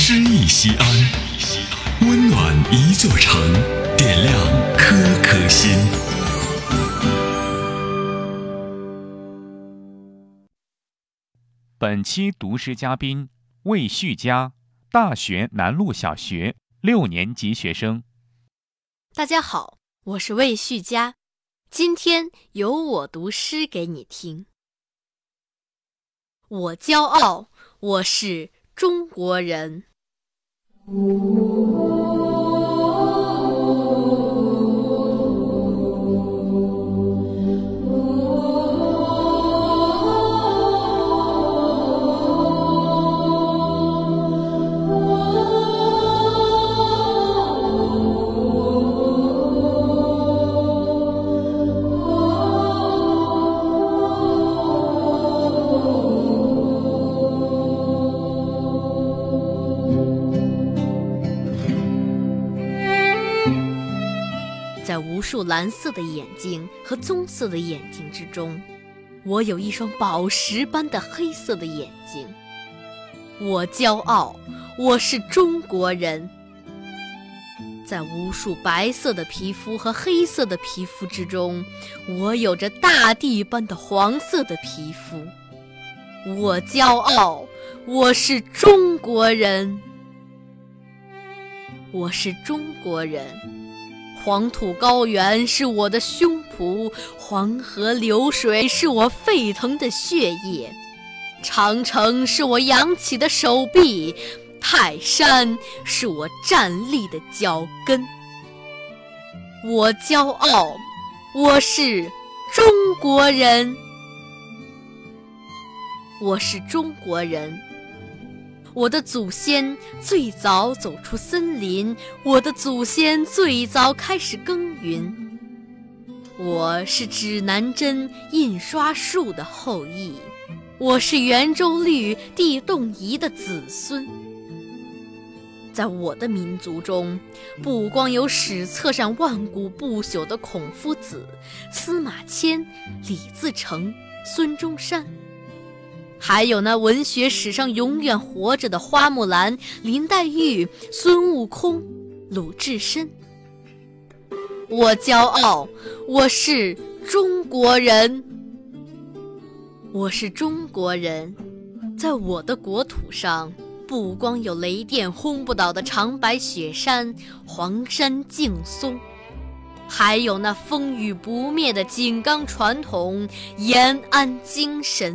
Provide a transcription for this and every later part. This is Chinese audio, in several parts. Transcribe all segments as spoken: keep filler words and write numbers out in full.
诗意西安，温暖一座城，点亮颗颗心。 本期读诗嘉宾魏旭佳，大学南路小学六年级学生。 大家好，我是魏旭佳，今天由我读诗给你听。我骄傲，我是中国人。在无数蓝色的眼睛和棕色的眼睛之中，我有一双宝石般的黑色的眼睛。我骄傲，我是中国人。在无数白色的皮肤和黑色的皮肤之中，我有着大地般的黄色的皮肤。我骄傲，我是中国人。我是中国人。黄土高原是我的胸脯，黄河流水是我沸腾的血液，长城是我扬起的手臂，泰山是我站立的脚跟。我骄傲，我是中国人。我是中国人。我的祖先最早走出森林，我的祖先最早开始耕耘。我是指南针印刷术的后裔，我是圆周率地动仪的子孙。在我的民族中，不光有史册上万古不朽的孔夫子、司马迁、李自成、孙中山，还有那文学史上永远活着的花木兰、林黛玉、孙悟空、鲁智深。我骄傲，我是中国人。我是中国人，在我的国土上，不光有雷电轰不倒的长白雪山、黄山劲松，还有那风雨不灭的井冈传统、延安精神。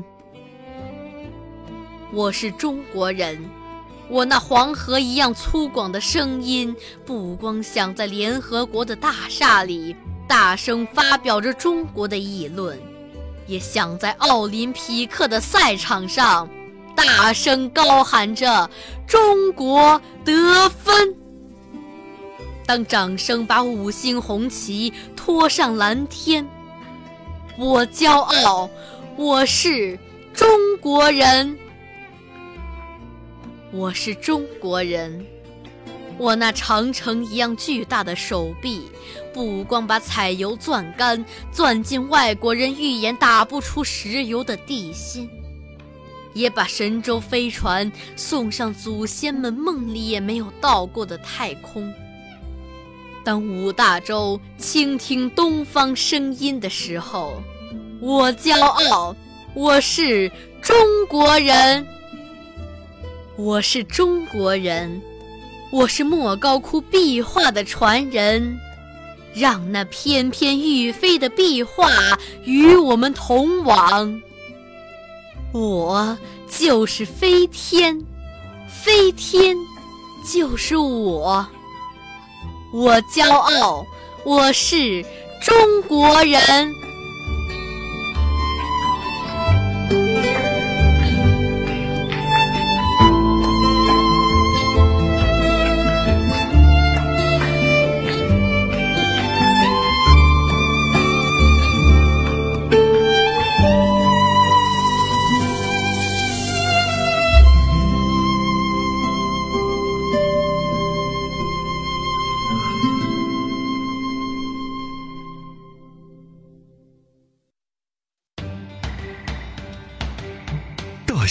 我是中国人，我那黄河一样粗犷的声音，不光像在联合国的大厦里大声发表着中国的议论，也像在奥林匹克的赛场上大声高喊着中国得分。当掌声把五星红旗拖上蓝天，我骄傲，我是中国人。我是中国人，我那长城一样巨大的手臂，不光把采油钻干，钻进外国人预言打不出石油的地心，也把神舟飞船送上祖先们梦里也没有到过的太空。当五大洲倾听东方声音的时候，我骄傲，我是中国人。我是中国人，我是莫高窟壁画的传人，让那翩翩欲飞的壁画与我们同往。我就是飞天，飞天就是我。我骄傲，我是中国人。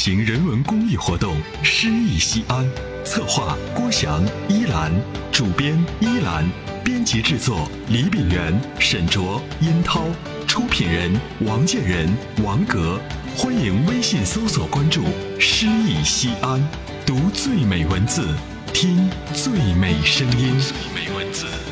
行人文公益活动“诗意西安”，策划郭翔、依兰，主编依兰，编辑制作李炳元、沈卓、殷涛，出品人王建仁、王格。欢迎微信搜索关注“诗意西安”，读最美文字，听最美声音。最美文字。